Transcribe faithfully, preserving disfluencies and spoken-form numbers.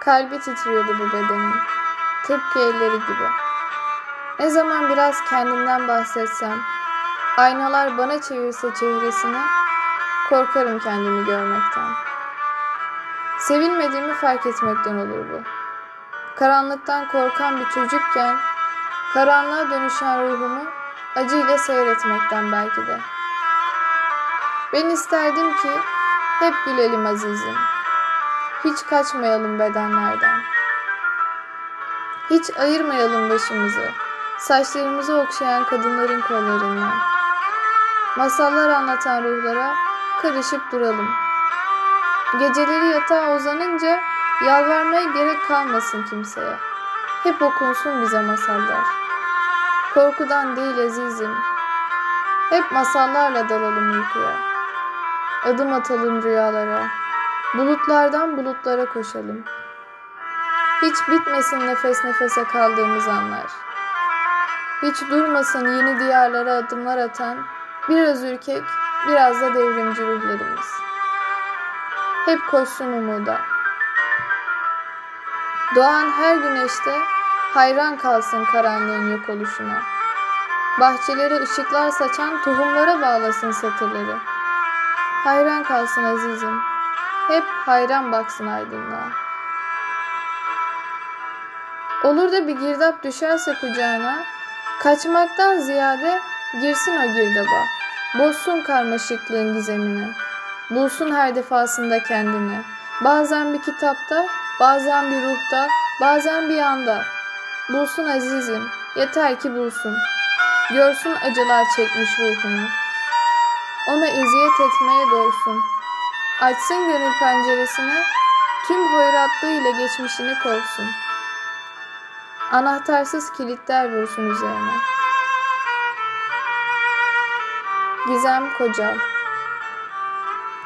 Kalbi titriyordu bu bedenin, tıpkı elleri gibi. Ne zaman biraz kendimden bahsetsem, aynalar bana çevirse çehresini, korkarım kendimi görmekten. Sevilmediğimi fark etmekten olur bu. Karanlıktan korkan bir çocukken, karanlığa dönüşen ruhumu acıyla seyretmekten belki de. Ben isterdim ki hep gülelim azizim. Hiç kaçmayalım bedenlerden. Hiç ayırmayalım başımızı, saçlarımızı okşayan kadınların kollarından. Masallar anlatan ruhlara karışıp duralım. Geceleri yatağa uzanınca yalvarmaya gerek kalmasın kimseye. Hep okunsun bize masallar. Korkudan değil azizim. Hep masallarla dalalım uykuya. Adım atalım rüyalara. Bulutlardan bulutlara koşalım. Hiç bitmesin nefes nefese kaldığımız anlar. Hiç durmasın yeni diyarlara adımlar atan, biraz ürkek, biraz da devrimci ruhlarımız. Hep koşsun umuda. Doğan her güneşte hayran kalsın karanlığın yok oluşuna. Bahçelere ışıklar saçan tohumlara bağlasın satırları. Hayran kalsın azizim. Hep hayran baksın aydınlığa. Olur da bir girdap düşerse kucağına, kaçmaktan ziyade girsin o girdaba. Bozsun karmaşıklığın gizemini. Bulsun her defasında kendini. Bazen bir kitapta, bazen bir ruhta, bazen bir anda. Bulsun azizim, yeter ki bulsun. Görsün acılar çekmiş ruhunu. Ona eziyet etmeye doysun. Açsın gönül penceresine, tüm hoyratlığıyla geçmişini kovsun. Anahtarsız kilitler vursun üzerine. Gizem Kocal.